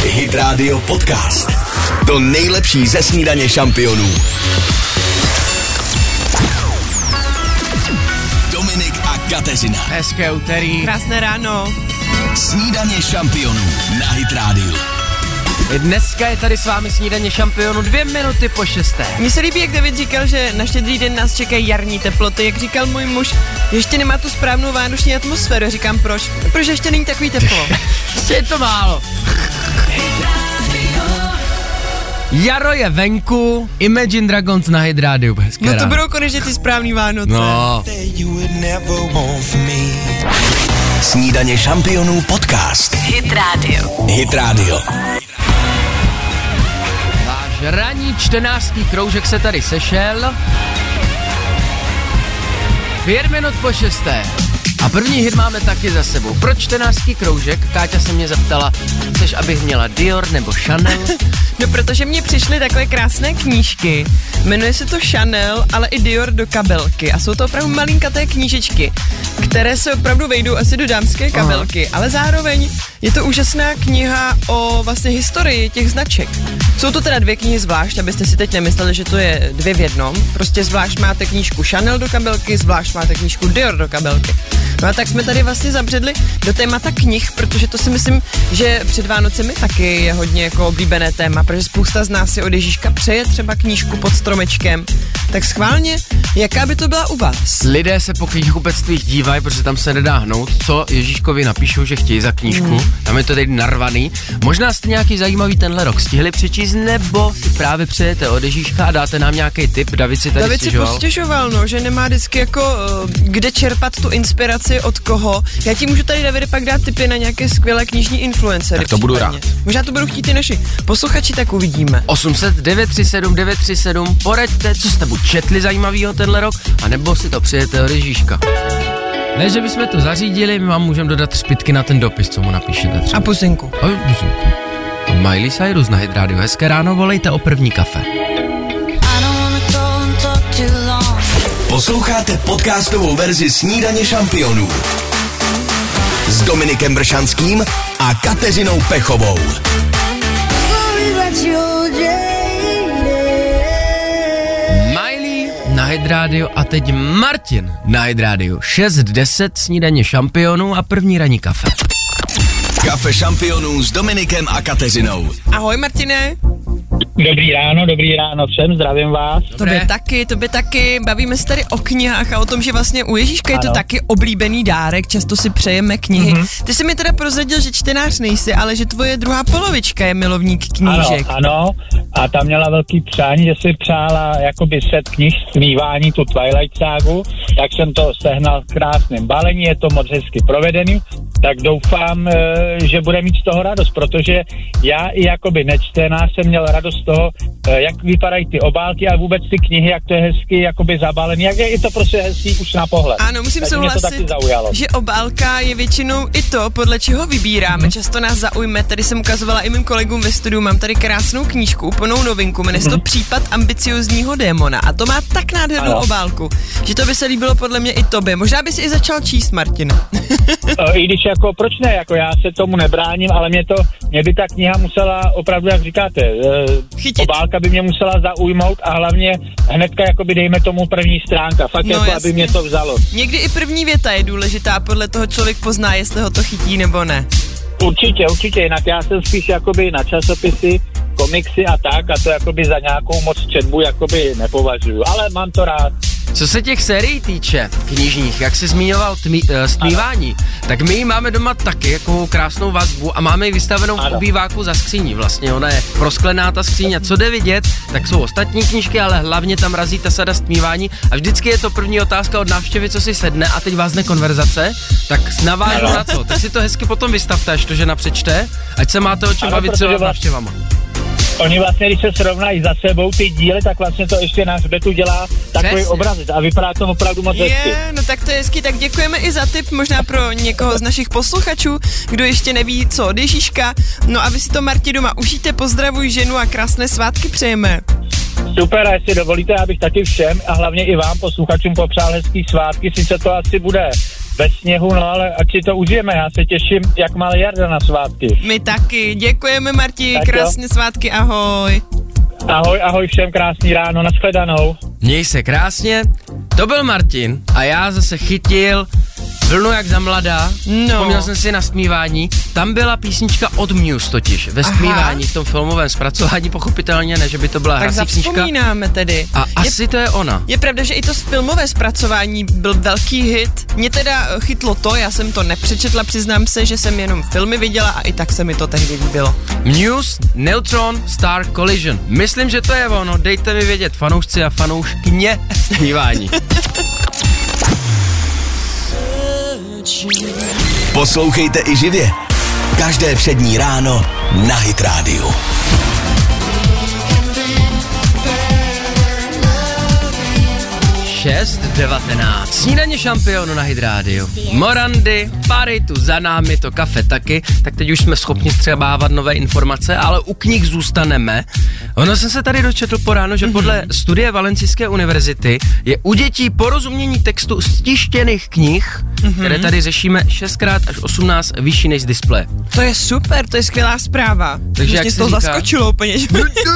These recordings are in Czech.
Hit Radio Podcast. To nejlepší ze snídaně šampionů. Dominik a Kateřina. Hezké úterý. Krásné ráno. Snídaně šampionů na Hit Radio. Dneska je tady s vámi snídaně šampionu 2 minuty po 6. Mně se líbí, jak David říkal, že na Štědrý den nás čekají jarní teploty. Jak říkal můj muž, ještě nemá tu správnou vánoční atmosféru. Říkám, proč? Protože ještě není takový teplo. Ještě je to málo. Jaro je venku, Imagine Dragons na Hit Radio. Hezké No to ráno. budou konečně ty správný Vánoce. No. Snídaně šampionů podcast. Hit Radio. Hit Radio. Váš ranní čtenářský kroužek se tady sešel. 5 minut po 6. A první hit máme taky za sebou. Proč čtenářský kroužek? Káťa se mě zeptala, chceš, abych měla Dior nebo Chanel? No protože mně přišly takové krásné knížky. Jmenuje se to Chanel, ale i Dior do kabelky. A jsou to opravdu malinkaté knížečky, které se opravdu vejdou asi do dámské kabelky. Ale zároveň je to úžasná kniha o vlastně historii těch značek. Jsou to teda 2 knihy zvlášť, abyste si teď nemysleli, že to je 2 v jednom. Prostě zvlášť máte knížku Chanel do kabelky, zvlášť máte knížku Dior do kabelky. No a tak jsme tady vlastně zabředli do témata knih, protože to si myslím, že před Vánocemi taky je hodně jako oblíbené téma, protože spousta z nás si od Ježíška přeje třeba knížku pod stromečkem. Tak schválně, jaká by to byla u vás? Lidé se po knihkupectvích dívají, protože tam se nedá hnout, co Ježíškovi napíšou, že chtějí za knížku. Tam je to teď narvaný. Možná jste nějaký zajímavý tenhle rok stihli přečíst, nebo si právě přejete od Ježíška a dáte nám nějaký tip. David si tady David si postěžoval, no, že nemá vždycky jako kde čerpat tu inspiraci od koho. Já ti můžu tady, Davide, pak dát tipy na nějaké skvělé knižní influencery. Tak to budu rád. Možná to budou chtít i naši posluchači, tak uvidíme. 800 937 937, poraďte, co jste buď četli zajímavýho tenhle rok, anebo si to přijete od Ježíška. Ne, že bychom to zařídili, my vám můžeme dodat zpětky na ten dopis, co mu napíšete třeba. A pusinku. A Miley Cyrus na Hit Radio. Hezké ráno, volejte o první kafe. Posloucháte podcastovou verzi Snídaně šampionů s Dominikem Bršanským a Kateřinou Pechovou. Miley na Hit Radio a teď Martin na Hit Radio. 6:10 snídaně šampionů a první ranní kafe. Kafe šampionů s Dominikem a Kateřinou. Ahoj, Martine. Dobrý ráno všem, zdravím vás. Tobě taky. Bavíme se tady o knihách a o tom, že vlastně u Ježíška je to taky oblíbený dárek, často si přejeme knihy. Ty jsi mi teda prozradil, že čtenář nejsi, ale že tvoje druhá polovička je milovník knížek. Ano, a ta měla velký přání, že si přála jakoby set knih zpívání, tu Twilight ságu, tak jsem to sehnal v krásném balení, je to moc hezky provedený, tak doufám, že bude mít z toho radost, protože já i jakoby nečtenář jsem měl radost z toho, jak vypadají ty obálky a vůbec ty knihy, jak to je hezky jakoby zabalený, jak je to prostě hezký už na pohled. Ano, musím souhlasit, že obálka je většinou i to, podle čeho vybíráme. Často nás zaujme, tady jsem ukazovala i mým kolegům ve studiu, mám tady krásnou knížku, úplnou novinku, jmenuje se to Případ ambiciozního démona a to má tak nádhernou obálku, že to by se líbilo podle mě i tobě. Možná bys i začal číst, Martine. I když jako, proč ne, jako já se tomu nebráním, ale mě by ta kniha musela opravdu, jak říkáte, chytit. Obálka by mě musela zaujmout a hlavně hnedka jakoby dejme tomu první stránka, fakt no, jako jasně. aby mě to vzalo. Někdy i první věta je důležitá, podle toho člověk pozná, jestli ho to chytí nebo ne. Určitě, jinak já jsem spíš jakoby na časopisy, komiksy a tak a to jakoby za nějakou moc četbu jakoby nepovažuju, ale mám to rád. Co se těch sérií týče knižních, jak jsi zmiňoval zpívání, tak my ji máme doma taky jako krásnou vazbu a máme ji vystavenou v obýváku za skříní. Vlastně ona je prosklená ta skříň a co jde vidět, tak jsou ostatní knížky, ale hlavně tam razí ta sada zpívání a vždycky je to první otázka od návštěvy, co si sedne a teď vázne konverzace, tak navážu na to. Tak si to hezky potom vystavte, až to žena přečte, ať se máte o čem bavit třeba s návštěvama. Oni vlastně, když se srovnají za sebou ty díly, tak vlastně to ještě na hřbetu dělá takový obraz a vypadá to opravdu moc hezky. No tak to je hezky, tak děkujeme i za tip, možná pro někoho z našich posluchačů, kdo ještě neví, co od Ježíška. No a vy si to, Marti, doma užijte, pozdravuj ženu a krásné svátky přejeme. Super, a jestli dovolíte, abych taky všem a hlavně i vám, posluchačům, popřál hezký svátky, sice to asi bude ve sněhu, no ale ať si to užijeme, já se těším, jak má Jarda na svátky. My taky, děkujeme Marti, Tak krásné svátky, ahoj. Ahoj všem, krásný ráno, nashledanou. Měj se krásně. To byl Martin a já zase chytil vlnu jak za mladá. No. Vzpomněl jsem si na Stmívání. Tam byla písnička od Muse totiž. Ve Stmívání, v tom filmovém zpracování, pochopitelně, ne, že by to byla Tak hrací knížka. zavzpomínáme tedy. A asi to je ona. Je pravda, že i to filmové zpracování byl velký hit. Mě teda chytlo to, já jsem to nepřečetla, přiznám se, že jsem jenom filmy viděla a i tak se mi to tehdy líbilo. Muse, Neutron, Star Collision. Myslím, že to je ono. Dejte mi vědět, fanoušci a fanouškyně Stmívání. Poslouchejte i živě. Každé přední ráno na Hit Radio. Yes. 6:19. Snídaně šampionu na Hit Radio. Morandy, pary tu za námi, to kafe taky, tak teď už jsme schopni střebávat nové informace, ale u knih zůstaneme. Ono jsem se tady dočetl po ráno, že podle studie Valencijské univerzity je u dětí porozumění textu stištěných knih, které tady řešíme 6x až 18 vyšší než z displeje. To je super, to je skvělá zpráva. Takže jak mě se to říká? zaskočilo úplně. Že...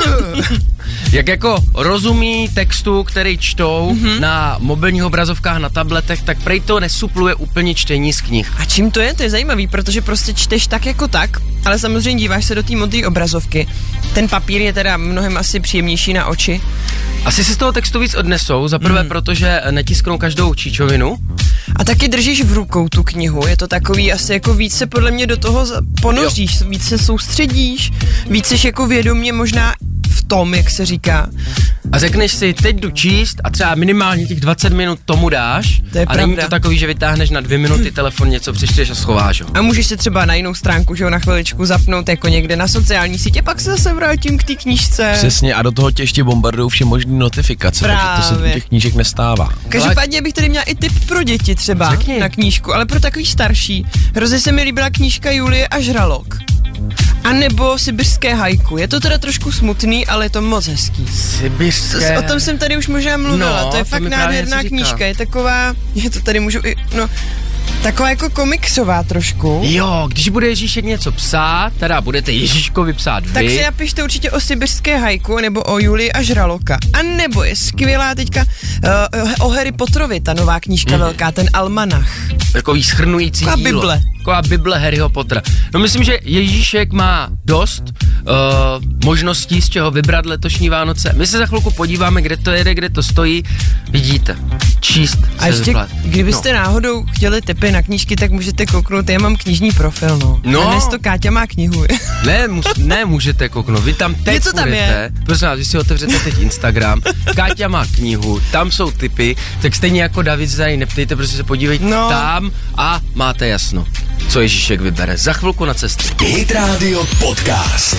Jak jako rozumí textu, který čtou na mobilních obrazovkách, na tabletech, tak prej to nesupluje úplně čtení z knih. A čím to je? To je zajímavý, protože prostě čteš tak jako tak, ale samozřejmě díváš se do té modré obrazovky. Ten papír je teda mnohem asi příjemnější na oči. Asi si z toho textu víc odnesou, zaprvé protože netisknou každou číčovinu. A taky držíš v rukou tu knihu, je to takový asi jako víc se podle mě do toho ponoříš, víc se soustředíš, víc seš jako vědomě možná v tom, jak se říká. A řekneš si, teď jdu číst a třeba minimálně těch 20 minut tomu dáš. To je a není pravda. to takový, že vytáhneš na 2 minuty telefon, něco přečteš a schováš ho. A můžeš se třeba na jinou stránku, že ho na chviličku zapnout jako někde na sociální sítě, pak se zase vrátím k té knížce. Přesně, a do toho tě ještě bombardujou vše možný notifikace, takže to se Právě. u těch knížek nestává. Každopádně bych tady měla i tip pro děti třeba Řekni. na knížku, ale pro takový starší. Hrozně se mi líbila knížka Julie a žralok. A nebo Sibirské hajku. Je to teda trošku smutný, ale je to moc hezký. Sibirské. O tom jsem tady už možná mluvila, No, to je to fakt mi právě nádherná něco říká. knížka, je taková, je to tady můžu i, no, taková jako komiksová trošku. Jo, když bude Ježíšek něco psát, teda budete Ježíškovi psát vy. Tak si napište určitě o Sibirské hajku nebo o Julii a žraloka. A nebo je skvělá teďka o Harry Potterovi, ta nová knížka velká, ten almanach. Takový shrnující Taková dílo. Bible. Taková Bible Harryho Pottera. No myslím, že Ježíšek má dost možností, z čeho vybrat letošní Vánoce. My se za chvilku podíváme, kde to jede, kde to stojí. Vidíte, číst A se ještě, vyplatí. kdybyste náhodou chtěli tipy na knížky, tak můžete kouknout, já mám knížní profil, no. No. A dnes to Káťa má knihu. Ne, můžete kouknout, vy tam teď Něco tam budete, je. prosím vás, vy si otevřete teď Instagram, Káťa má knihu, tam jsou tipy, tak stejně jako David se tady neptejte, prostě se podívejte tam a máte jasno, co Ježíšek vybere. Za chvilku na cestu. Hit Radio Podcast.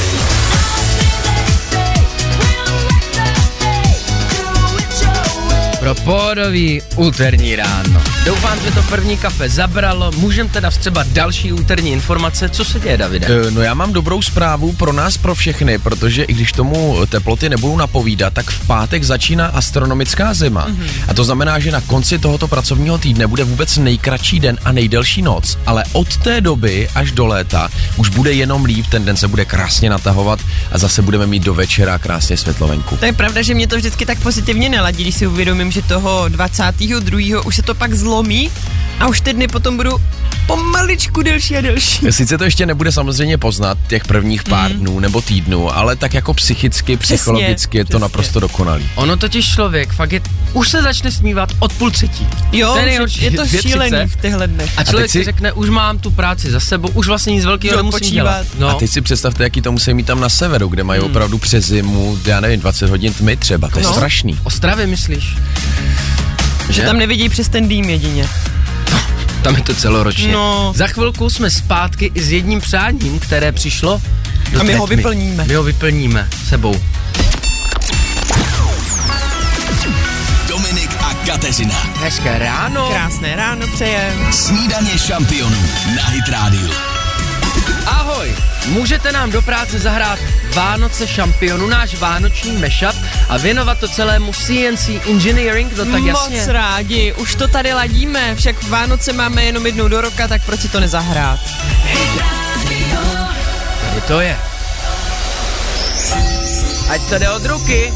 Pro pohodový úterní ráno. Doufám, že to první kafe zabralo, můžeme teda vstřebat další úterní informace. Co se děje, Davide? No já mám dobrou zprávu pro nás, pro všechny, protože i když tomu teploty nebudou napovídat, tak v pátek začíná astronomická zima. A to znamená, že na konci tohoto pracovního týdne bude vůbec nejkratší den a nejdelší noc. Ale od té doby až do léta už bude jenom líp, ten den se bude krásně natahovat a zase budeme mít do večera krásně světlovenku. To je pravda, že mě to vždycky tak pozitivně neladí, když si uvědomím, že toho 22. už se to pak zlomí a už ty dny potom budou pomaličku delší a delší. Sice to ještě nebude samozřejmě poznat těch prvních pár dnů nebo týdnů, ale tak jako psychicky, psychologicky je to naprosto dokonalý. Ono totiž člověk fakt už se začne smívat od 2:30. Jo, To je že nejhorší, je to 2:30. šílený v těchhle dnech. A člověk teď si- si řekne, už mám tu práci za sebou, už vlastně nic velkého Jdu nemusím odpočívat. dělat. No. A teď si představte, jaký to musí mít tam na severu, kde mají opravdu přes zimu, já nevím, 20 hodin tmy třeba, to je strašný. Ostravy myslíš? Že tam nevidí přes ten dým jedině. Tam je to celoročně. No. Za chvilku jsme zpátky i s jedním přáním, které přišlo do A my té ho tmy. vyplníme. My ho vyplníme sebou. Dominik a Kateřina. Hezké ráno. Krásné ráno přejem. Snídaně šampionů na Hit Radio. Ahoj, můžete nám do práce zahrát Vánoce šampionu, náš vánoční mashup a věnovat to celému CNC Engineering, to tak jasně. Moc rádi, už to tady ladíme, však Vánoce máme jenom jednou do roka, tak proč si to nezahrát? Tady to je. Ať to jde od ruky.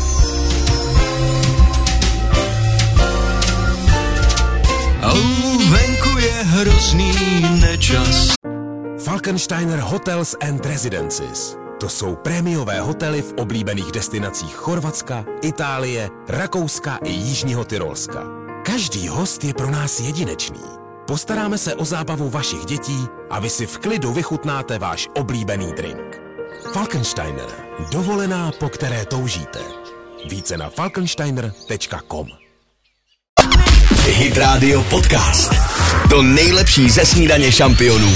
Venku je hrozný nečas. Falkensteiner Hotels and Residences. To jsou prémiové hotely v oblíbených destinacích Chorvatska, Itálie, Rakouska i Jižního Tyrolska. Každý host je pro nás jedinečný. Postaráme se o zábavu vašich dětí a vy si v klidu vychutnáte váš oblíbený drink. Falkensteiner. Dovolená, po které toužíte. Více na falkensteiner.com. Hit Radio Podcast. To nejlepší ze snídaně šampionů.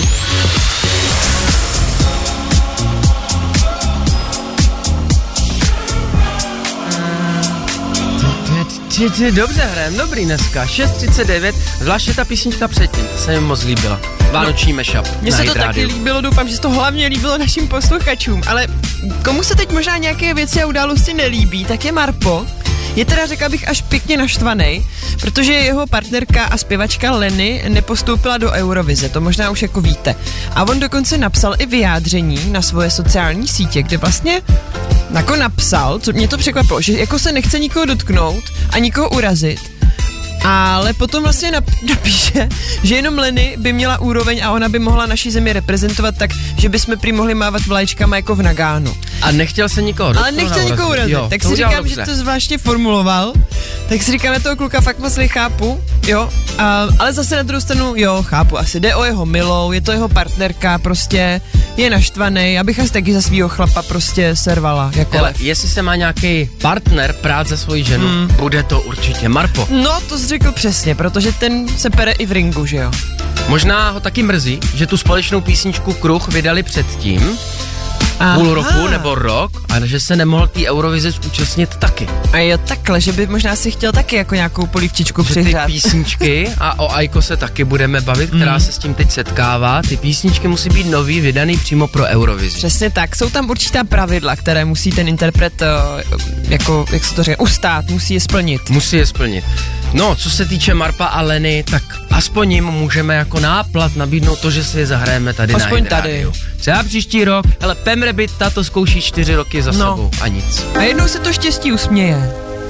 Dobře hrajem, dobrý dneska, 6:39, zvláště ta písnička předtím, to se mi moc líbila. Vánoční mashup. Mně se to taky líbilo, doufám, že se to hlavně líbilo našim posluchačům, ale komu se teď možná nějaké věci a události nelíbí, tak je Marpo. Je teda, řekla bych, až pěkně naštvaný, protože jeho partnerka a zpěvačka Lenny nepostoupila do Eurovize, to možná už jako víte. A on dokonce napsal i vyjádření na svoje sociální sítě, kde vlastně jako napsal, co mě to překvapilo, že jako se nechce nikoho dotknout a nikoho urazit, ale potom vlastně napíše, že jenom Lenny by měla úroveň a ona by mohla naší zemi reprezentovat tak, že bychom prý mohli mávat vlaječkama jako v Nagánu. A nechtěl se nikoho dotknout. Ale nechtěl nikoho urazit, jo, tak si říkám, že to zvláštně formuloval, tak si říkám, já toho kluka fakt moc nechápu, jo, ale zase na druhou stranu, jo, chápu, asi jde o jeho milou, je to jeho partnerka, prostě je naštvaný, abych asi taky za svýho chlapa prostě servala, jako ale jestli se má nějaký partner prát za svoji ženu, bude to určitě Marpo. No, to jsi řekl přesně, protože ten se pere i v ringu, že jo. Možná ho taky mrzí, že tu společnou písničku Kruh vydali předtím, půl roku nebo rok, a že se nemohl té Eurovize zúčastnit taky. A jo, takhle, že by možná si chtěl taky jako nějakou polívčičku ty přihřát. písničky, a o Aiko se taky budeme bavit, která se s tím teď setkává, ty písničky musí být nový, vydaný přímo pro Eurovizi. Přesně tak, jsou tam určitá pravidla, které musí ten interpret, jako, jak se to říká, ustát, musí je splnit. Musí je splnit. No, co se týče Marpa a Lenny, tak aspoň jim můžeme jako náplat nabídnout to, že si je zahrajeme tady aspoň na Hit tady. Rádiu. Třeba příští rok, hele, Pem Rabbit, tato zkouší 4 roky za sebou a nic. A jednou se to štěstí usměje.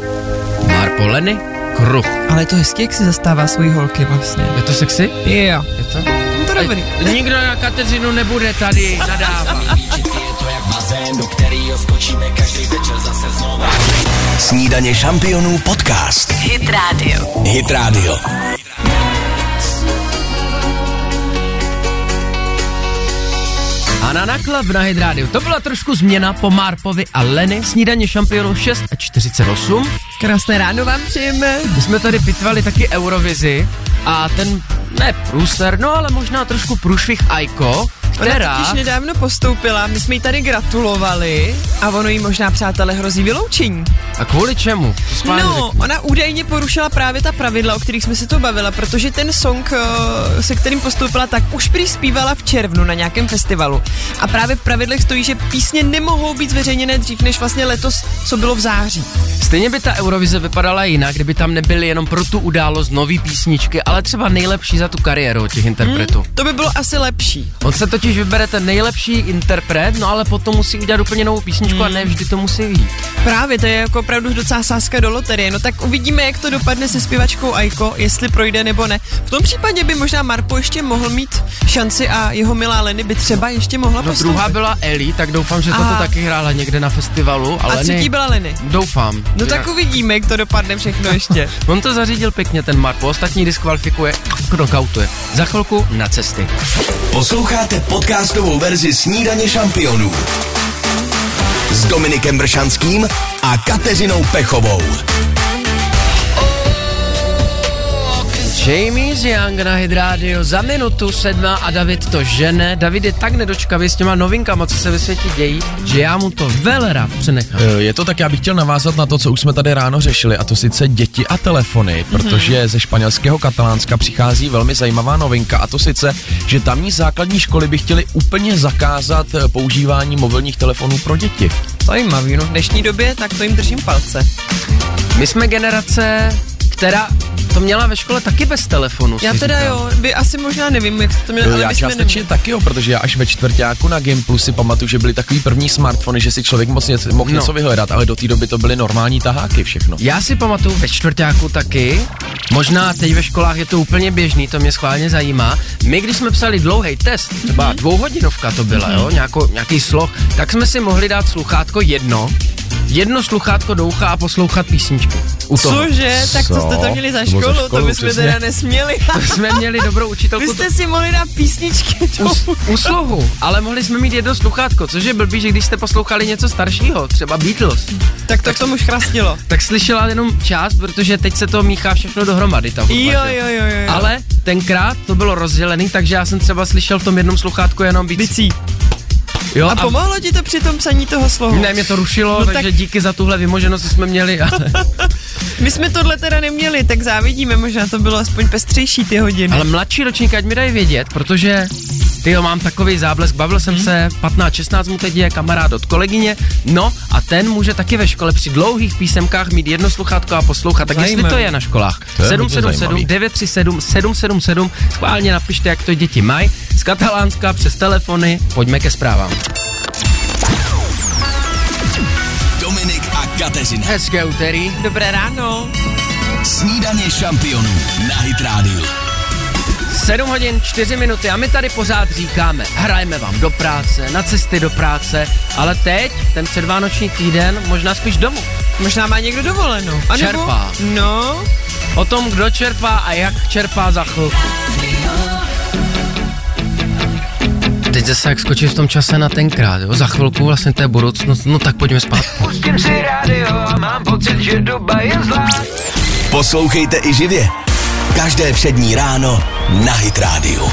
Marpo, Lenny, Kruh. Ale je to hezky, jak si zastává svojí holky vlastně. Je to sexy? Jo. Je to? To dobrý. Nikdo na Kateřinu nebude tady nadávat. Snídaně šampionů podcast. Hit Radio. Hit Radio. Anna Naklav na Hit Radio. To byla trošku změna po Marpovi a Lenny. Snídaně šampionů 6:48. Krásné ráno vám přejeme. My jsme tady pitvali taky Eurovizi a ten, ne průser, no ale možná trošku průšvih Aiko, která... Ona totiž nedávno postoupila, my jsme jí tady gratulovali a ono jí možná, přátelé, hrozí vyloučení. A kvůli čemu? No, ona údajně porušila právě ta pravidla, o kterých jsme se to bavila, protože ten song, se kterým postoupila, tak už prý zpívala v červnu na nějakém festivalu. A právě v pravidlech stojí, že písně nemohou být zveřejněné dřív než vlastně letos, co bylo v září. Stejně by ta Eurovize vypadala jinak, kdyby tam nebyly jenom pro tu událost nový písničky, ale třeba nejlepší za tu kariéru těch interpretů. To by bylo asi lepší. On se totiž vybere ten nejlepší interpret, no ale potom musí udělat úplně novou písničku a ne vždy to musí jít. Právě, to je jako opravdu docela sázka do loterie. No tak uvidíme, jak to dopadne se zpěvačkou Aiko, jestli projde nebo ne. V tom případě by možná Marpo ještě mohl mít šanci a jeho milá Lenny by třeba ještě mohla postoupit. Druhá byla Ellie, tak doufám, že toto taky hrála někde na festivalu. A třetí byla Lenny. Doufám. No tak uvidíme, jak to dopadne všechno ještě. On to zařídil pěkně, ten Marpo, ostatní diskvalifikuje, knockoutuje. Za chvilku na cesty. Posloucháte podcastovou verzi Snídaně šampionů s Dominikem Bršanským a Kateřinou Pechovou. Jamie Young na Hit Radio za minutu 7 a David to žene. David je tak nedočkavý s těma novinkama, co se ve světě dějí, že já mu to velera přenechám. Je to tak, já bych chtěl navázat na to, co už jsme tady ráno řešili, a to sice děti a telefony, protože ze španělského Katalánska přichází velmi zajímavá novinka, a to sice, že tamní základní školy by chtěly úplně zakázat používání mobilních telefonů pro děti. Zajímavý, no v dnešní době, tak to jim držím palce. My jsme generace, která to měla ve škole taky bez telefonu. Já teda říkám. jo, vy asi možná nevím, jak to mělo, ale já částečně taky jo, protože já až ve čtvrťáku na Gimplu si pamatuju, že byly takový první smartfony, že si člověk mohl něco vyhledat, ale do té doby to byly normální taháky všechno. Já si pamatuju ve čtvrťáku taky, možná teď ve školách je to úplně běžný, to mě schválně zajímá. My, když jsme psali dlouhý test, třeba 2hodinovka to byla, jo, nějaký sloh, tak jsme si mohli dát sluchátko jedno sluchátko do ucha a poslouchat písničku. Cože? Tak to jste to měli za školu, to bychom teda nesměli. To jsme měli dobrou učitelku. Vy jste si mohli dát písničky u slohu, ale mohli jsme mít jedno sluchátko, což je blbý, že když jste poslouchali něco staršího, třeba Beatles, tak to k tomu škrastilo. Tak slyšela jenom část, protože teď se to míchá všechno dohromady. Ta hudba, jo. Ale tenkrát to bylo rozdělený, takže já jsem třeba slyšel v tom jednom sluchátku jenom bicí. Jo, a pomohlo ti to při tom psaní toho slohu? Ne, mě to rušilo, takže díky za tuhle vymoženost, co jsme měli. Ale... My jsme tohle teda neměli, tak závidíme, možná to bylo aspoň pestřejší ty hodiny. Ale mladší ročník, ať mi dají vědět, protože mám takový záblesk, bavil jsem se, 15-16 mu teď je kamarád od kolegyně, no a ten může taky ve škole při dlouhých písemkách mít jedno sluchátko a poslouchat, tak jestli to je na školách. 777 937 777, schválně napište, jak to děti mají, z Katalánska přes telefony, pojďme ke zprávám. Dominik a Kateřina. Hezké úterý. Dobré ráno. Snídaně šampionů na Hit Radio. 7 hodin 4 minuty a my tady pořád říkáme, hrajeme vám do práce, na cesty do práce, ale teď, ten předvánoční týden, možná spíš domů. Možná má někdo dovolenou. A čerpá. No. O tom, kdo čerpá a jak čerpá za chvilku. Teď zase jak skočit v tom čase na tenkrát, jo? Za chvilku vlastně to je budoucnost, no tak pojďme spát. Pustím si rádio a mám pocit, že doba je zlá. Poslouchejte i živě. Každé přední ráno na Hit Radio.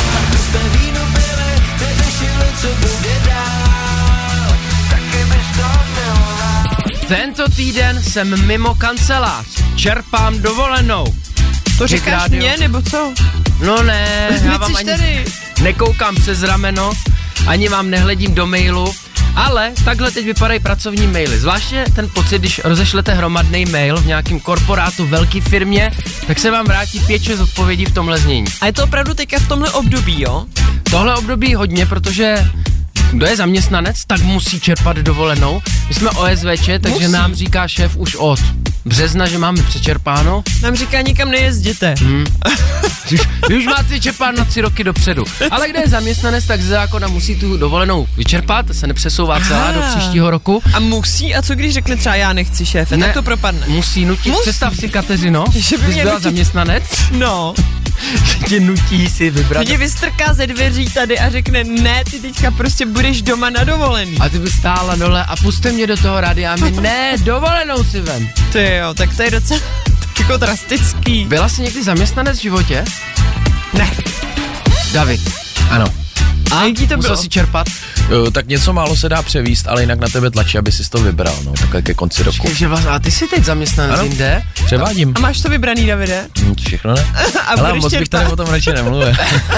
Tento týden jsem mimo kancelář. Čerpám dovolenou. To říkáš mě, nebo co? No ne, já vám ani tady. Nekoukám přes rameno, ani vám nehledím do mailu, ale takhle teď vypadají pracovní maily. Zvláště ten pocit, když rozešlete hromadný mail v nějakém korporátu, velké firmě, tak se vám vrátí 5-6 odpovědí v tomhle znění. A je to opravdu teďka v tomhle období, jo? Tohle období hodně, protože kdo je zaměstnanec, tak musí čerpat dovolenou. My jsme OSVČ, takže nám říká šéf už od března, že máme přečerpáno. Nám říká, nikam nejezděte. Vy už máte čerpát na 3 roky dopředu. Ale kde je zaměstnanec, tak ze zákona musí tu dovolenou vyčerpat, se nepřesouvá celá do příštího roku. A musí? A co když řekne třeba já nechci, šéfe, tak to propadne? Musí nutit. Představ si, Kateřino, že by byla zaměstnanec. No. Tě nutí si vybrat. Tě vystrká ze dveří tady a řekne, ne, ty teďka prostě budeš doma na dovolený. A ty by stála dole a puste mě do toho rádia a my ne, dovolenou si vem. Ty jo, tak to je docela jako drastický. Byla jsi někdy zaměstnanec v životě? Ne. David. Ano. A jaký to musel si čerpat? Tak něco málo se dá převíst, ale jinak na tebe tlačí, aby si to vybral, no, takhle ke konci roku. A ty jsi teď zaměstnanec jinde? Převádím. A máš to vybraný, Davide? Všechno ne. Ale moc bych tady o tom radši nemluvil.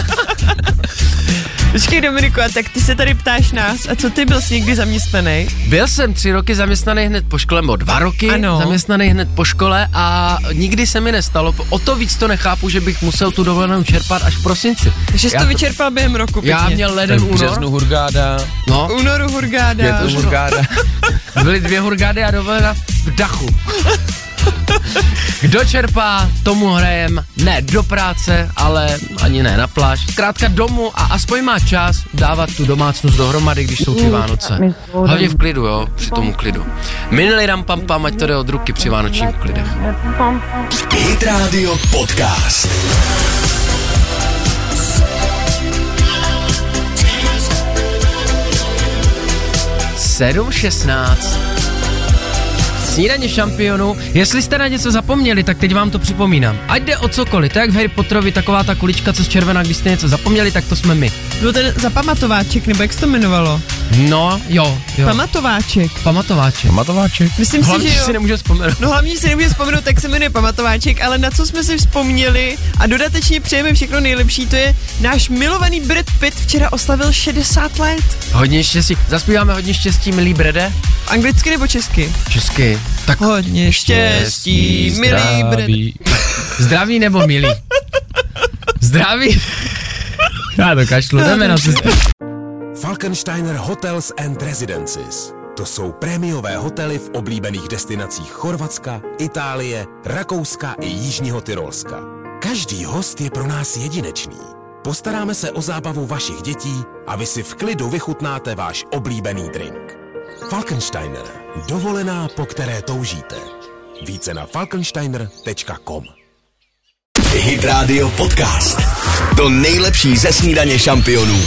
Počkej, Dominiku, a tak ty se tady ptáš nás, a co ty byl jsi někdy zaměstnaný? Byl jsem 3 roky zaměstnaný hned po škole, nebo 2 roky zaměstnaný hned po škole a nikdy se mi nestalo, o to víc to nechápu, že bych musel tu dovolenou čerpat až v prosinci. Takže jsi to vyčerpal během roku pěkně. Já měl leden, únor. Březnu hurgáda. No. Únoru hurgáda. Květnu hurgáda. Byly 2 hurgády a dovolena v dachu. Kdo čerpá, tomu hrajem, ne do práce, ale ani ne na pláž. Zkrátka domů a aspoň má čas dávat tu domácnost dohromady, když jsou ty Vánoce. Hlavně v klidu, jo, při tomu klidu. Minuli ram pam pam, ať to jde od ruky při vánočních klidech. Hit Radio Podcast. Snídaně šampionů. Jestli jste na něco zapomněli, tak teď vám to připomínám. Ať jde o cokoliv, to jak v Harry Potterovi, taková ta kulička, co z červená, když jste něco zapomněli, tak to jsme my. Byl ten zapamatováček, nebo jak se to jmenovalo? No, jo. Pamatováček. Pamatováček. Myslím hlavně, si, že jo. si nemůže vzpomenout. No hlavně si nemůže vzpomenout, tak se jmenuje Pamatováček, ale na co jsme si vzpomněli a dodatečně přejeme všechno nejlepší, to je náš milovaný Brad Pitt včera oslavil 60 let. Hodně štěstí. Zaspíváme hodně štěstí, milý Brede? Anglicky nebo česky? Česky. Tak hodně štěstí, milý Brad. Zdraví nebo milý? Zdraví. Já to kašlu, jdeme na cestu. Falkensteiner Hotels and Residences. To jsou prémiové hotely v oblíbených destinacích Chorvatska, Itálie, Rakouska i Jižního Tyrolska. Každý host je pro nás jedinečný. Postaráme se o zábavu vašich dětí a vy si v klidu vychutnáte váš oblíbený drink. Falkensteiner. Dovolená, po které toužíte. Více na falkensteiner.com. Hit Radio Podcast. To nejlepší ze Snídaně šampionů.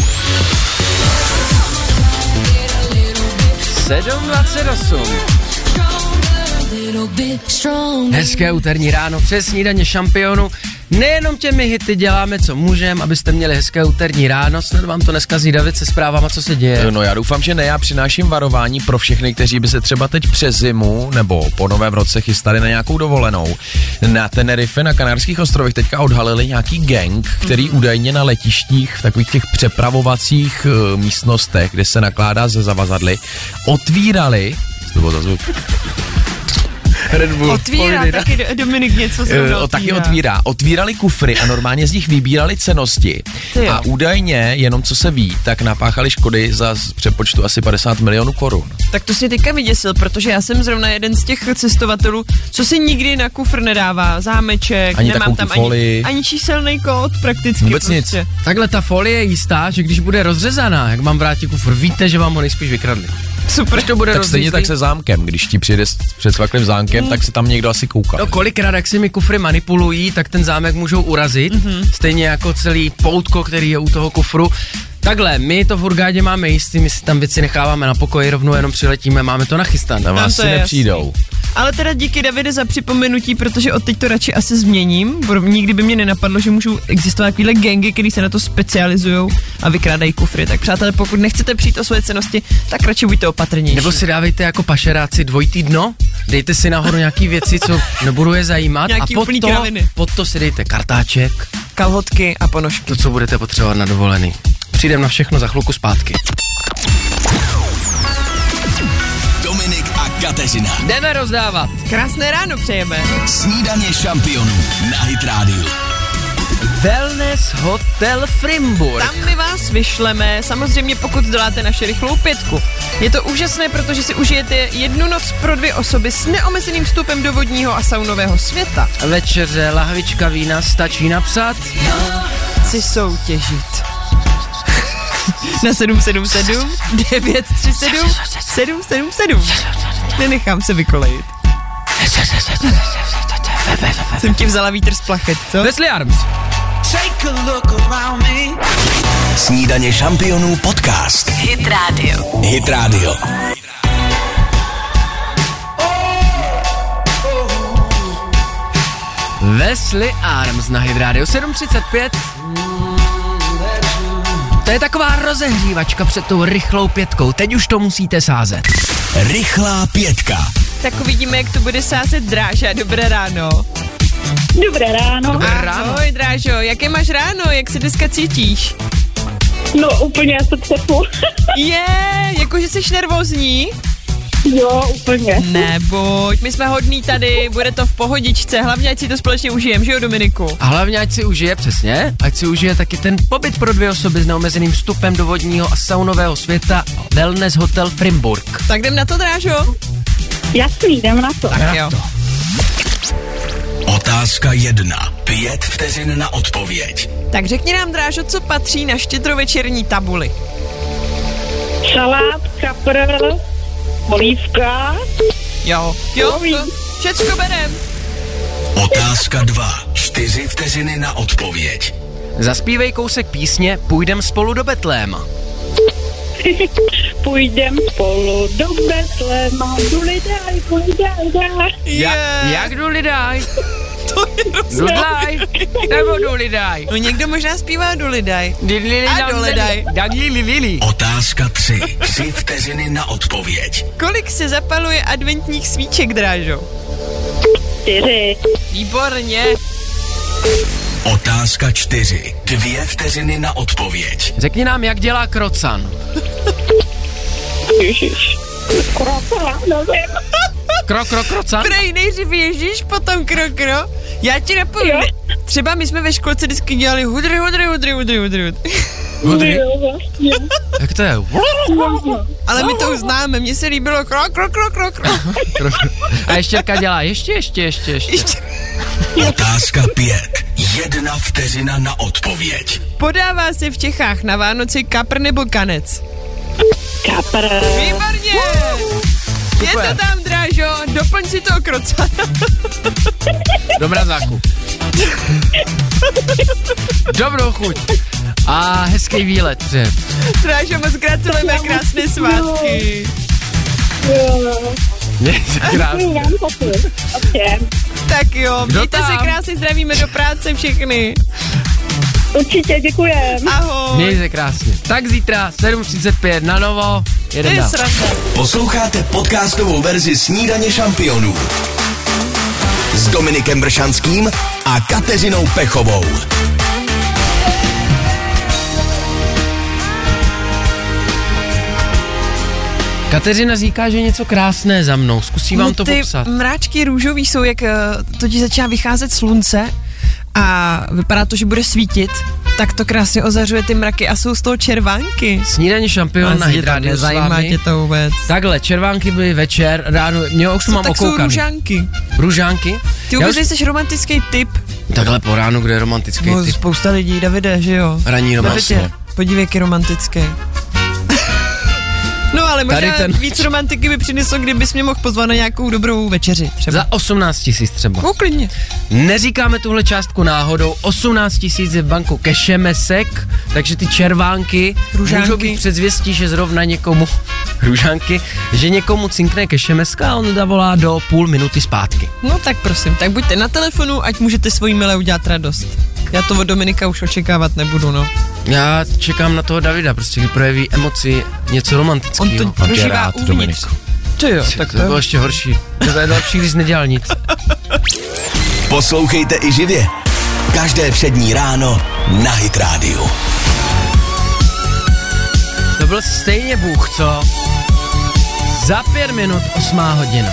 7:28. Hezké úterní ráno přes Snídaně šampionů. Nejenom těmi hity děláme, co můžeme, abyste měli hezké úterní ráno. Snad vám to neskazí David se zprávama, co se děje. No já doufám, že ne, já přináším varování pro všechny, kteří by se třeba teď přes zimu nebo po novém roce chystali na nějakou dovolenou. Na Tenerife, na Kanárských ostrovech teďka odhalili nějaký gang, který údajně na letištích v takových těch přepravovacích místnostech, kde se nakládá ze zavazadly, otvírali, to bylo za zvuk, Red Bull. Otvírá taky Dominik něco zrovna taky otvírá. Otvírali kufry a normálně z nich vybírali cennosti. A údajně, jenom co se ví, tak napáchali škody za přepočtu asi 50 milionů korun. Tak to si teďka vyděsil, protože já jsem zrovna jeden z těch cestovatelů, co si nikdy na kufr nedává zámeček, ani nemám tam ani číselný kód prakticky. Vůbec prostě. nic. Takhle ta folie je jistá, že když bude rozřezaná, jak mám vrátit kufr, víte, že vám ho nejspíš vykradli. Super. To bude tak stejně tak se zámkem, když ti přijde před svaklým zámkem, tak se tam někdo asi kouká. No kolikrát, jak si mi kufry manipulují, tak ten zámek můžou urazit, stejně jako celý poutko, který je u toho kufru. Takhle, my to v Hurgádě máme jistý, my si tam věci necháváme na pokoji, rovnou jenom přiletíme, máme to nachystané. Na vás si nepřijdou. Ale teda díky, Davide, za připomenutí, protože od teď to radši asi změním, nikdy by mě nenapadlo, že můžou existovat takovýhle gangy, který se na to specializujou a vykrádají kufry. Tak přátelé, pokud nechcete přijít o své cennosti, tak radši buďte opatrnější. Nebo si dávejte jako pašeráci dvojitý dno, dejte si nahoru nějaký věci, co nebudu je zajímat, a pod to si dejte kartáček, kalhotky a ponožky. To, co budete potřebovat na dovolený. Přijdem na všechno za chvilku zpátky. Dominik a Kateřina. Jdeme rozdávat. Krásné ráno přejeme. Snídaně šampionů na Hit Radio. Wellness Hotel Frimburg. Tam my vás vyšleme, samozřejmě pokud děláte naše rychlou pětku. Je to úžasné, protože si užijete jednu noc pro 2 osoby s neomezeným vstupem do vodního a saunového světa. Večeře, lahvička vína, stačí napsat. Chci soutěžit. Na 777 937 777. Nenechám se vykolejit. Jsem ti vzala vítr z plachet, co? Wesley Arms. Snídaně šampionů podcast. Hit Radio. Hit Radio. Wesley Arms na Hit Radio 7:35. To je taková rozehřívačka před tou rychlou pětkou. Teď už to musíte sázet. Rychlá pětka. Tak uvidíme, jak to bude sázet Dráža. Dobré ráno. Dobré ráno. Dobré ráno. Ahoj, Drážo, jaké máš ráno? Jak se dneska cítíš? No, úplně já se třepu. Jakože jsi nervózní? Jo, úplně. Neboť, my jsme hodní tady, bude to v pohodičce, hlavně ať si to společně užijeme, že jo, Dominiku? A hlavně ať si užije, přesně, ať si užije taky ten pobyt pro 2 osoby s neomezeným vstupem do vodního a saunového světa Wellness Hotel Frimburg. Tak jdem na to, Drážo? Jasný, jdem na to. Tak jo. Otázka 1. 5 vteřin na odpověď. Tak řekni nám, Drážo, co patří na štědrovečerní tabuli? Salát, kapr, olívka. Jo, to všecko berem. Otázka 2. 4 vteřiny na odpověď. Zaspívej kousek písně Půjdem spolu do Betléma. půjdem spolu do Betlema, dulidaj. Jak dulidaj? To je Dulidaj, nebo dulidaj? No někdo možná zpívá dulidaj. A dulidaj. Otázka 3. 3 vteřiny na odpověď. Kolik se zapaluje adventních svíček, Drážo? 4. Výborně. Otázka 4. 2 vteřiny na odpověď. Řekni nám, jak dělá krocan. Ježiš. Krocan? Prej nejdřív Ježíš, potom krokro. Já ti napovím. Třeba my jsme ve školce vždycky dělali hudry. Hudry? Jak to je? Ale my to uznáme, mně se líbilo krok. A ještěrka dělá ještě. Otázka 5. 1 vteřina na odpověď. Podává se v Čechách na Vánoci kapr nebo kanec? Kapr. Výborně! Je to tam, Drážo, doplň si toho krocana. Do mrazáku. Dobrou chuť. A hezký výlet. Drážo, moc gratulujeme, krásné svátky. Tak jo, mějte se krásně, zdravíme do práce všechny. Určitě, děkujem. Ahoj. Měj se krásně. Tak zítra 7:35 na novo. Jeden dál. Posloucháte podcastovou verzi Snídaně šampionů s Dominikem Bršanským a Kateřinou Pechovou. Kateřina říká, že něco krásné za mnou. Zkusím vám to ty popsat. mráčky růžový jsou, jak totiž začíná vycházet slunce a vypadá to, že bude svítit, tak to krásně ozařuje ty mraky a jsou z toho červánky. Snídaně šampion na Hit Radio s vámi. Tě to vůbec. Takhle, červánky byly večer, ráno, mě už to mám okoukaný. Tak jsou růžánky. Růžánky? Ty vůbec jsi romantický typ. Takhle po ránu, kde je romantický typ? Spousta lidí, Davide, že jo? Ranní romantický. Podívej, jak je romantický. No ale možná víc romantiky by přineslo, kdybys mě mohl pozvat na nějakou dobrou večeři. Třeba. Za 18 000 třeba. No, klidně. Neříkáme tuhle částku náhodou, 18 000 je v banku kešemesek, takže ty červánky můžou být předzvěstí, že zrovna někomu, růžánky, že někomu cinkne kešemeska a on zavolá do půl minuty zpátky. No tak prosím, tak buďte na telefonu, ať můžete svojí milé udělat radost. Já to od Dominika už očekávat nebudu, no. Já čekám na toho Davida, prostě kdy projeví emoci něco romantického. On to prožívá uvnitř. To jo, tak to bylo ještě horší. To je lepší, když nedělal nic. Poslouchejte i živě. Každé všední ráno na Hit Radio. To byl stejně Bůh, co? Za 5 minut 8 hodina.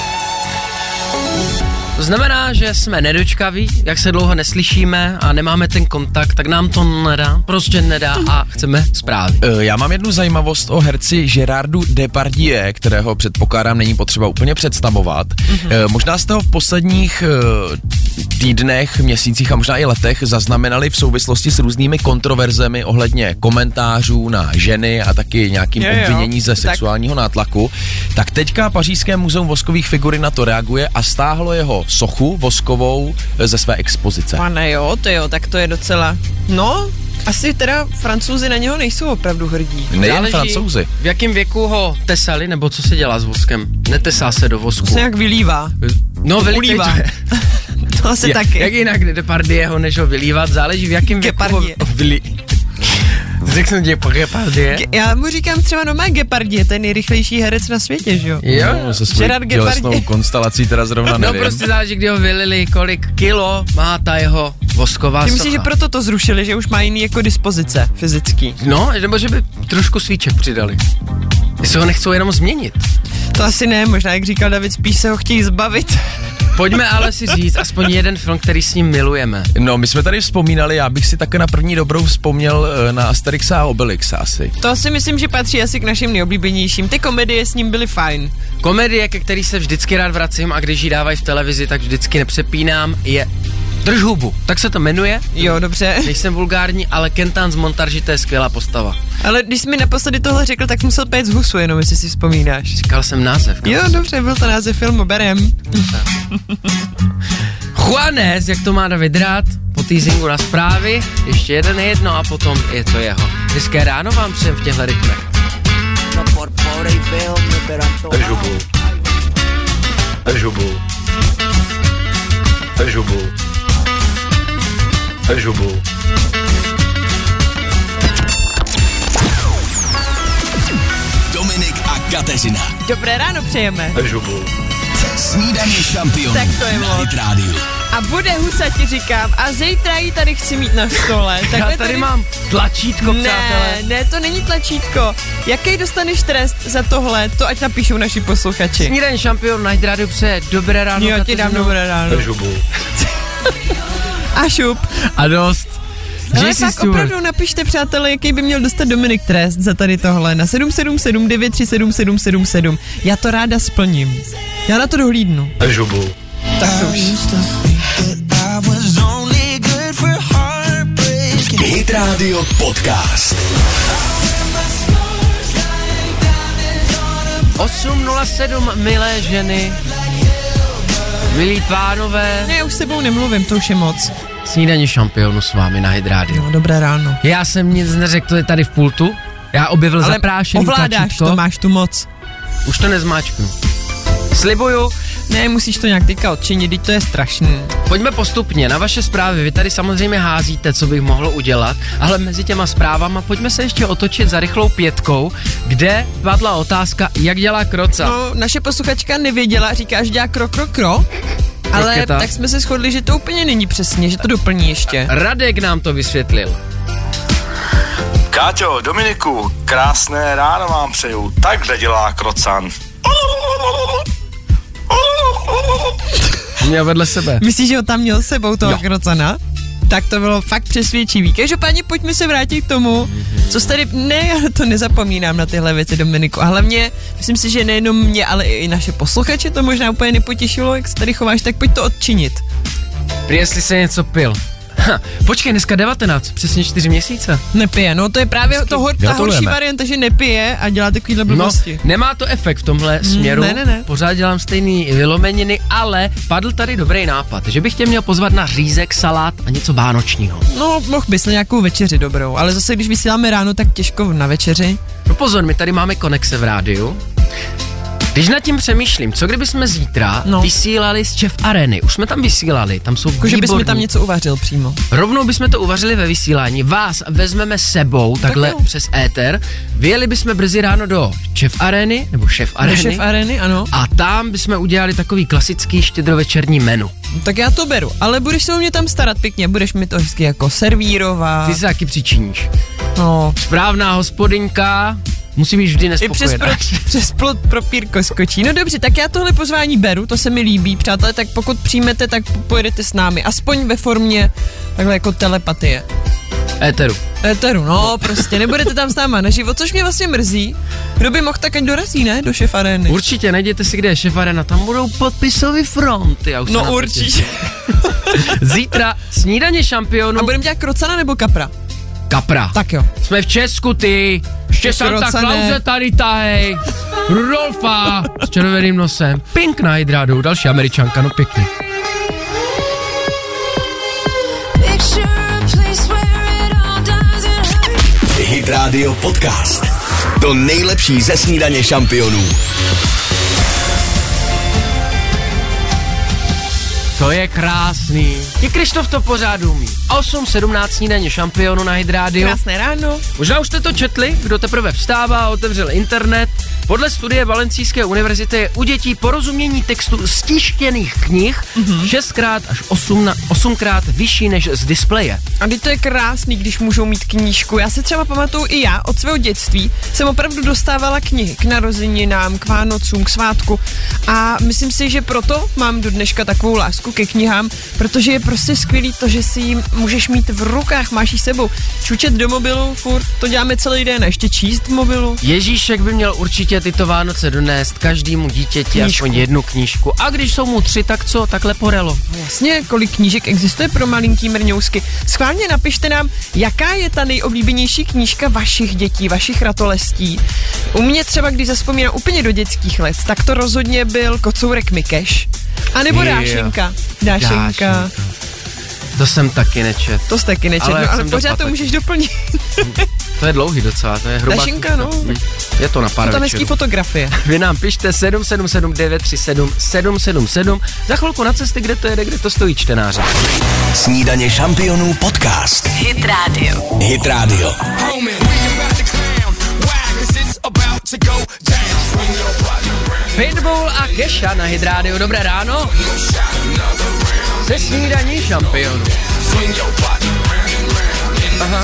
To znamená, že jsme nedočkaví, jak se dlouho neslyšíme a nemáme ten kontakt, tak nám to nedá, prostě nedá a chceme zprávy. Já mám jednu zajímavost o herci Gerardu Depardieu, kterého předpokládám není potřeba úplně představovat. Možná jste ho v posledních týdnech, měsících a možná i letech zaznamenali v souvislosti s různými kontroverzemi ohledně komentářů na ženy a taky nějakým obvinění ze sexuálního nátlaku. Tak teďka Pařížské muzeum voskových figurin na to reaguje a stáhlo jeho sochu voskovou ze své expozice. Pane jo, tak to je docela, no, asi teda Francouzi na něho nejsou opravdu hrdí. Nejen Francouzi. V jakém věku ho tesali, nebo co se dělá s voskem? Netesá se do vosku. Se jak vylívá. No, vylívá. To asi taky. Jak jinak Depardieu, než ho vylívat, záleží v jakém věku ho Řekl jsem tě po Gepardie. Já mu říkám třeba normálně Gepardie, to je nejrychlejší herec na světě, že jo? Jo, se svou tělesnou konstelací teda zrovna nevím. No prostě záleží, kdy ho vylili, kolik kilo má ta jeho vosková socha. Ty myslíš, že proto to zrušili, že už má jiný jako dispozice fyzický? No, nebo že by trošku svíček přidali. Jestli ho nechcou jenom změnit. To asi ne, možná jak říkal David, spíš se ho chtějí zbavit. Pojďme ale si říct aspoň jeden film, který s ním milujeme. No, my jsme tady vzpomínali, já bych si také na první dobrou vzpomněl na Asterixa a Obelixa asi. To si myslím, že patří asi k našim nejoblíbenějším. Ty komedie s ním byly fajn. Komedie, ke který se vždycky rád vracím a když ji dávají v televizi, tak vždycky nepřepínám, je Drž hubu, tak se to jmenuje. Jo, dobře. Nejsem vulgární, ale Kentan z Montarži, to je skvělá postava. Ale když jsi mi naposledy tohle řekl, tak musel pět z husu, jenom jestli si vzpomínáš. Říkal jsem název. Jo, dobře, byl to název filmu, berem. Juanes, jak to má David rád, po teasingu na zprávy, ještě jedno a potom je to jeho. Hezké ráno vám všem v těchto rytmech. no por pobre y feo pero antojado. El žubu. Dominik a Kateřina. Dobré ráno přejeme. El žubu. Snídaně šampionů Tak to je na moc. Hit Radio. A bude husa, ti říkám. A zítra ji tady chci mít na stole. Já tady mám tlačítko, přátelé. Ne, to není tlačítko. Jaký dostaneš trest za tohle, to ať napíšou naši posluchači. Snídaně šampion na Hit Radio přeje dobré ráno. Jo, ti dám Kateřino. dobré ráno. El žubu. A šup. A dost. Ale JC tak Stewart. opravdu napište, přátelé, jaký by měl dostat Dominik trest za tady tohle na 777 937 777. Já to ráda splním. Já na to dohlídnu. El žubu. Tak to už. Hit Radio Podcast. 8:07, milé ženy, milí pánové, Ne, já už s sebou nemluvím, to už je moc. snídaně šampionu s vámi na Hit Radio. No, dobré ráno. Já jsem nic neřekl, to je tady v pultu. Já objevil zaprášený ovládáš tlačítko. to, máš tu moc. Už to nezmáčknu. Slibuju. Ne, musíš to nějak teďka odčinit, teď to je strašný. Pojďme postupně na vaše zprávy. Vy tady samozřejmě házíte, co bych mohl udělat, ale mezi těma zprávama pojďme se ještě otočit za rychlou pětkou, kde padla otázka, jak dělá kroca. No, naše posluchačka nevěděla, říká, že dělá kro, ale Kroketa. tak jsme se shodli, že to úplně není přesně, že to doplní ještě. Radek nám to vysvětlil. Káťo, Dominiku, krásné ráno vám přeju. Takhle dělá krocan. Měl vedle sebe. Myslíš, že ho tam měl s sebou toho krocana? Tak to bylo fakt přesvědčivý. Každopádně pojďme se vrátit k tomu, co jsi tady... Ne, já to nezapomínám na tyhle věci, Dominiku. A hlavně, myslím si, že nejenom mě, ale i naše posluchače to možná úplně nepotěšilo, jak se tady chováš, tak pojď to odčinit. Prý jestli se něco pil. Počkej, dneska 19, přesně 4 měsíce. Nepije, no to je právě ta horší Gratulujeme. varianta, že nepije a dělá takovýhle blbosti. Nemá to efekt v tomhle směru. ne. Pořád dělám stejný vylomeniny, ale padl tady dobrý nápad, že bych tě měl pozvat na řízek, salát a něco vánočního. No, mohl bys na nějakou večeři dobrou, ale zase když vysíláme ráno, tak těžko na večeři. No pozor, my tady máme konexe v rádiu. Když nad tím přemýšlím, co kdyby jsme zítra vysílali z Chef Areny? Už jsme tam vysílali, tam jsou Jako, že bys mi tam něco uvařil přímo. Rovnou bychom to uvařili ve vysílání. Vás vezmeme sebou takhle přes éter. Vyjeli bychom brzy ráno do Chef Areny, nebo Chef Areny. Chef Areny, ano. A tam bychom udělali takový klasický štědrovečerní menu. Tak já to beru, ale budeš se o mě tam starat pěkně, budeš mi to hezky jako servírovat. Ty se taky přičiníš. No. Správná hospodyňka musí být vždy I nespokojená. přes plot propírko skočí. No dobře, tak já tohle pozvání beru, to se mi líbí, přátelé, tak pokud přijmete, tak pojedete s námi, aspoň ve formě takhle jako telepatie. Éteru, no prostě, nebudete tam s náma naživo, což mě vlastně mrzí. Kdo by mohl, tak ať dorazí, ne, do Chef Areny. Určitě, najděte si, kde je Chef Arena, tam budou podpisové fronty. Já už se na No to určitě. těším. Zítra snídaně šampionů. A budeme dělat krocana nebo kapra? Kapra. Tak jo. Jsme v Česku, ty. Ještě Santa Krocané. Clause tady tahej. Rudolfa s červeným nosem. Pink na Hit Radio, další Američanka, no pěkně. Hit Radio Podcast. To nejlepší ze snídaně šampionů. To je krásný. I Krištof to pořád umí. 8:17 snídaně šampionu na Hit Radio. Krásné ráno. Možná už jste to četli, kdo teprve vstává, otevřel internet. Podle studie Valencijské univerzity je u dětí porozumění textu z tištěných knih 6x až 8x vyšší než z displeje. A teď to je krásný, když můžou mít knížku. Já si třeba pamatuju i já od svého dětství jsem opravdu dostávala knihy k narozeninám, k Vánocům, k svátku a myslím si, že proto mám do dneška takovou lásku ke knihám, protože je prostě skvělý to, že si ji můžeš mít v rukách, máš ji sebou. Čučet do mobilu, furt to děláme celý den, a ještě číst v mobilu. Ježíšek by měl určitě tyto Vánoce donést každému dítěti aspoň jednu knížku. A když jsou mu 3, tak co? Tak leporelo. Jasně, kolik knížek existuje pro malinký mrňousky. Schválně napište nám, jaká je ta nejoblíbenější knížka vašich dětí, vašich ratolestí. U mě třeba, když zavzpomínám úplně do dětských let, tak to rozhodně byl Kocourek Mikeš. A nebo Dášenka. To jsem taky nečet. To jsi taky nečet, ale pořád to můžeš doplnit. To je dlouhý docela, to je hrubá. Dašinka, no. Je to na pár večerů. To tam hezký fotografie. Vy nám pište 777 937 777. Za chvilku na cesty, kde to jede, kde to stojí čtenáře. Snídaně šampionů podcast. Hit Radio. Hit Radio. Pitbull a Kesha na Hit Radio. Dobré ráno. Se snídaní šampionů. Aha.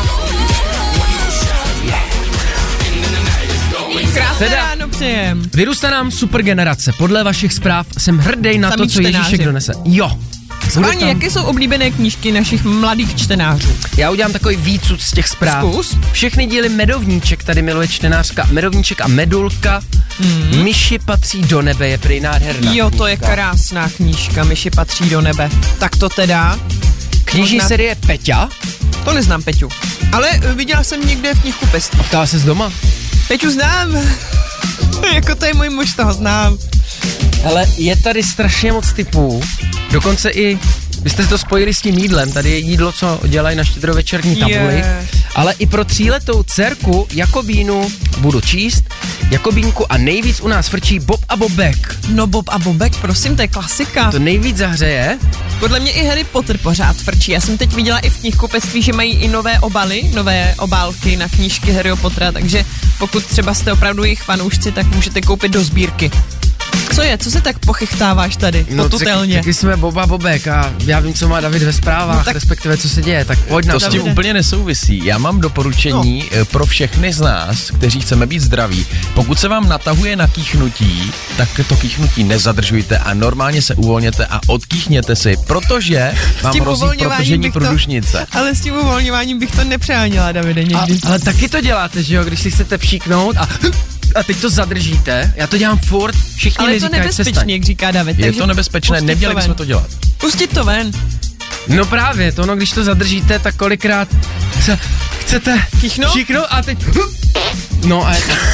Krásné ráno přejem. Vyrůstá nám super generace. Podle vašich zpráv jsem hrdý na to, co Ježíšek donese. Jo. Schválně, jaké jsou oblíbené knížky našich mladých čtenářů? Já udělám takový výcud z těch zpráv. Zkus. Všechny díly Medovníček, tady miluje čtenářka. Medovníček a Medulka. Myši patří do nebe, je prý nádherná. Jo, to je krásná knížka, Myši patří do nebe. Tak to teda. Knižní série Peťa. To neznám Peťu, ale viděla jsem někde v knihkupectví. Ptala ses doma? Peťu znám. Jako to je můj muž, toho znám. Hele, je tady strašně moc typů, dokonce i, vy jste to spojili s tím jídlem, tady je jídlo, co dělají na štědrovečerní tabuli, ale i pro 3letou dcerku Jakobínu budu číst, Jakobínku a nejvíc u nás frčí Bob a Bobek. No Bob a Bobek, prosím, to je klasika. To nejvíc zahřeje. Podle mě i Harry Potter pořád frčí. Já jsem teď viděla i v knihkupectví, že mají i nové obaly, nové obálky na knížky Harryho Pottera, takže pokud třeba jste opravdu jejich fanoušci, tak můžete koupit do sbírky. Co je? Co se tak pochechtáváš tady? No, potutelně. Taky jsme Boba Bobek a já vím, co má David ve zprávách, no, tak respektive co se děje, tak pojď na to. To s tím úplně nesouvisí. Já mám doporučení pro všechny z nás, kteří chceme být zdraví. Pokud se vám natahuje na kýchnutí, tak to kýchnutí nezadržujte a normálně se uvolněte a odkýchněte si, protože vám hrozí protržení průdušnice. Ale s tím uvolňováním bych to nepřáněla, Davide, někdy. Ale taky to děláte, že jo, když si chcete pšíknout a teď to zadržíte, já to dělám furt, všichni mi říkají, ale je to nebezpečné, jak říká David. Je to nebezpečné, neměli bychom to dělat. Pustit to ven. No právě, to no, když to zadržíte, tak kolikrát chcete kýchnout a teď no a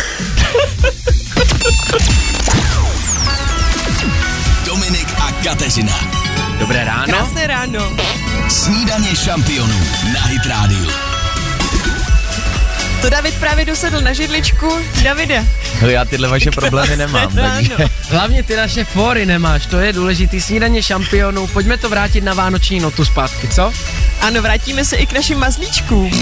Dominik a Kateřina. Dobré ráno. Krásné ráno. Snídaně šampionů na Hit Radio. To David právě dosedl na židličku. Davide. No já tyhle vaše problémy nemám, takže. Hlavně ty naše fóry nemáš, to je důležitý. Snídaně šampionů, pojďme to vrátit na vánoční notu zpátky, co? Ano, vrátíme se i k našim mazlíčkům.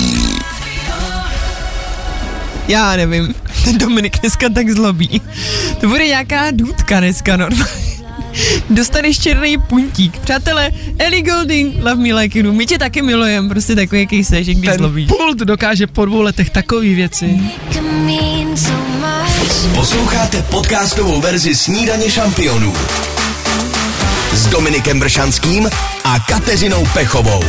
Já nevím, ten Dominik dneska tak zlobí. To bude nějaká důdka dneska normálně. Dostaneš černý puntík. Přátelé, Ellie Goulding, Love Me Like You Do. My tě taky milujem, prostě takový, jaký seš, když zlobíš. Ten pult dokáže po 2 letech takový věci. Posloucháte podcastovou verzi Snídaně šampionů s Dominikem Bršanským a Kateřinou Pechovou.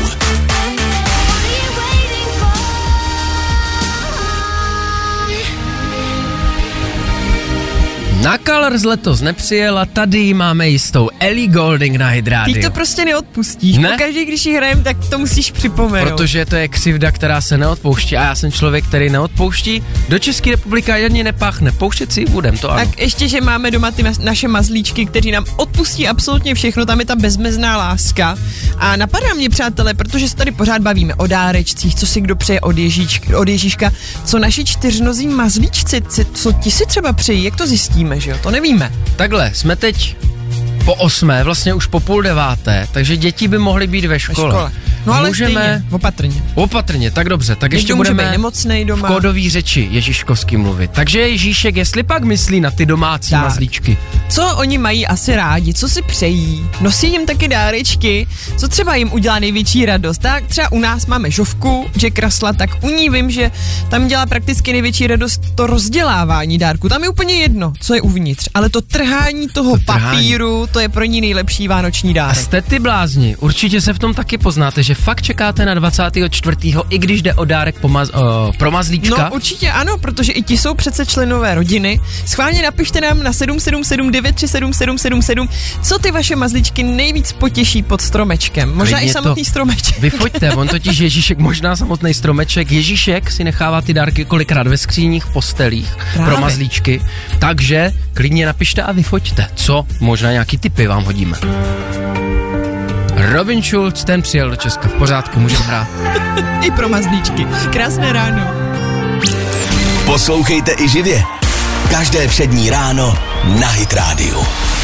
Na Colors letos nepřijela, tady máme jistou Ellie Goulding na Hit Radio. Ty to prostě neodpustíš. Ne? Pokaždý, když ji hrajem, tak to musíš připomenout. Protože to je křivda, která se neodpouští a já jsem člověk, který neodpouští. Do České republiky ani nepáchne. Pouštět si budem, to ano. Tak ještě, že máme doma ty naše mazlíčky, kteří nám odpustí absolutně všechno, tam je ta bezmezná láska. A napadá mě, přátelé, protože se tady pořád bavíme o dárečcích, co si kdo přeje od Ježíška, co naši 4nozí mazlíčci, co ti si třeba přejí, jak to zjistíme? Že jo? To nevíme. Takhle, jsme teď po 8, vlastně už po 8:30, takže děti by mohly být ve škole. No ale stejně, opatrně, tak dobře, tak ještě budeme doma. V kódový řeči ježíškovský mluvit. Takže Ježíšek, jestli pak myslí na ty domácí mazlíčky. Co oni mají asi rádi, co si přejí, nosí jim taky dárečky, co třeba jim udělá největší radost. Tak třeba u nás máme Žovku, Jack Russella, tak u ní vím, že tam dělá prakticky největší radost to rozdělávání dárku. Tam je úplně jedno, co je uvnitř, ale to trhání toho papíru, to je pro ní nejlepší vánoční dárek. A jste ty blázni, určitě se v tom taky poznáte, že fakt čekáte na 24. i když jde o dárek pro mazlíčka. No určitě ano, protože i ti jsou přece členové rodiny. Schválně napište nám na 777937777, co ty vaše mazlíčky nejvíc potěší pod stromečkem. Možná klidně i samotný stromeček. Vyfoďte, on totiž Ježíšek, možná samotný stromeček. Ježíšek si nechává ty dárky kolikrát ve skříních, postelích pro mazlíčky. Takže klidně napište a vyfoďte, co možná nějaký tipy vám hodíme. Robin Schulz, ten přijel do Česka, v pořádku, můžeme hrát. I pro mazlíčky. Krásné ráno. Poslouchejte i živě. Každé všední ráno na Hit Radio.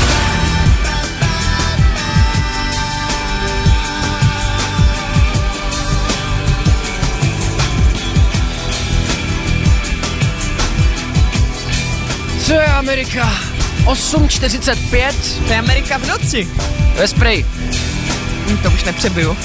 Co je Amerika? 8:45. To je Amerika v noci. Ve Spray. To už nepřebiju.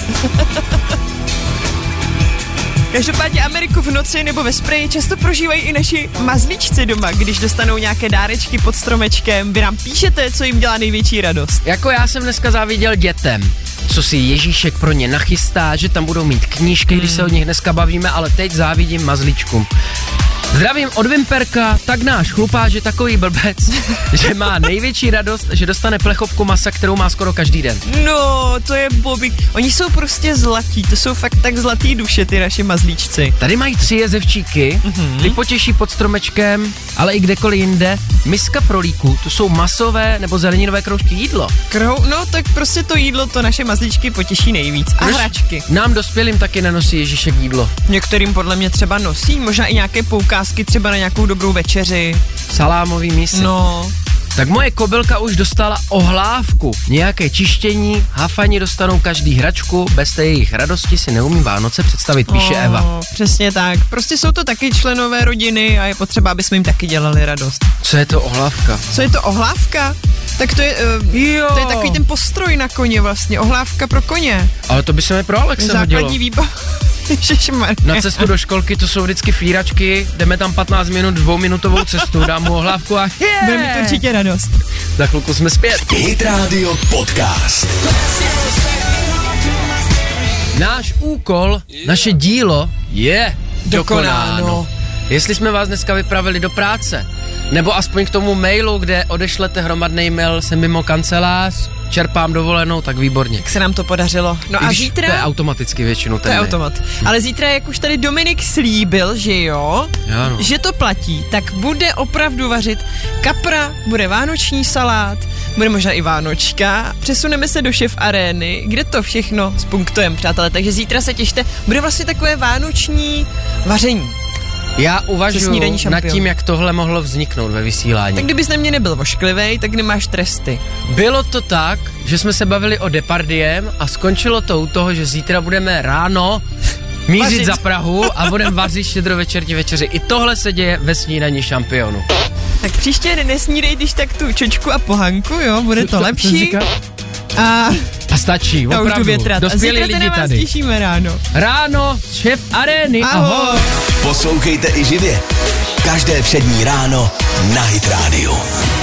Každopádně Ameriku v noci nebo ve Spreji často prožívají i naši mazlíčci doma, když dostanou nějaké dárečky pod stromečkem. Vy nám píšete, co jim dělá největší radost. Jako já jsem dneska záviděl dětem, co si Ježíšek pro ně nachystá, že tam budou mít knížky, když se od nich dneska bavíme, ale teď závidím mazlíčkům. Zdravím od Vimperka, tak náš chlupáč je takový blbec, že má největší radost, že dostane plechovku masa, kterou má skoro každý den. No, to je bobík. Oni jsou prostě zlatí, to jsou fakt tak zlatý duše, ty naši mazlíčci. Tady mají 3 jezevčíky, ty potěší pod stromečkem, ale i kdekoliv jinde. Miska frolíků, to jsou masové nebo zeleninové kroužky jídlo. No, tak prostě to jídlo, to naše mazlíčky potěší nejvíc. A hračky. Nám dospělým taky nenosí Ježíšek jídlo. Některým podle mě třeba nosí, možná i nějaké poukázky třeba na nějakou dobrou večeři. Salámový mísy. No. Tak moje kobylka už dostala ohlávku. Nějaké čištění, hafani dostanou každý hračku, bez té jejich radosti si neumím Vánoce představit, píše Eva. Přesně tak. Prostě jsou to taky členové rodiny a je potřeba, aby jsme jim taky dělali radost. Co je to ohlávka? Co je to ohlávka? Tak to je, to je takový ten postroj na koně vlastně, ohlávka pro koně. Ale to by se mi pro Alexe hodilo. Základní výbava. Na cestu do školky to jsou vždycky flíračky, jdeme tam 15 minut, 2minutovou cestu, dám mu ohlávku a bude mít určitě radost. Za chvilku jsme zpět. Hit Radio Podcast. Náš úkol, naše dílo je dokonáno. Jestli jsme vás dneska vypravili do práce, nebo aspoň k tomu mailu, kde odešlete hromadný mail, jsem mimo kancelář, čerpám dovolenou, tak výborně. Jak se nám to podařilo. No a zítra... To je automaticky většinou ten To je automat. Ale zítra, jak už tady Dominik slíbil, že jo, že to platí, tak bude opravdu vařit kapra, bude vánoční salát, bude možná i vánočka, přesuneme se do šéf arény, kde to všechno spunktujeme, přátelé, takže zítra se těšte, bude vlastně takové vánoční vaření. Já uvažuji nad tím, jak tohle mohlo vzniknout ve vysílání. Tak kdybys na mě nebyl vošklivej, tak nemáš tresty. Bylo to tak, že jsme se bavili o Depardiem a skončilo to u toho, že zítra budeme ráno mířit za Prahu a budeme vařit štědrovečerní večeři. I tohle se děje ve snídani šampionu. Tak příště nesnídej, když tak tu čočku a pohanku, jo, bude to lepší. A stačí, opravdu. Dospělí lidi tady. Těšíme ráno. Ráno, šéf arény, ahoj. Poslouchejte i živě. Každé všední ráno na Hit Radio.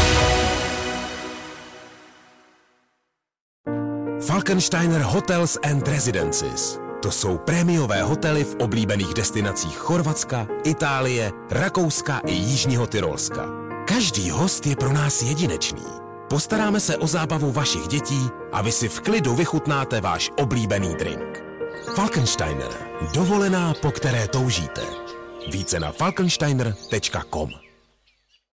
Falkensteiner Hotels and Residences. To jsou prémiové hotely v oblíbených destinacích Chorvatska, Itálie, Rakouska i Jižního Tyrolska. Každý host je pro nás jedinečný. Postaráme se o zábavu vašich dětí a vy si v klidu vychutnáte váš oblíbený drink. Falkensteiner. Dovolená, po které toužíte. Více na falkensteiner.com.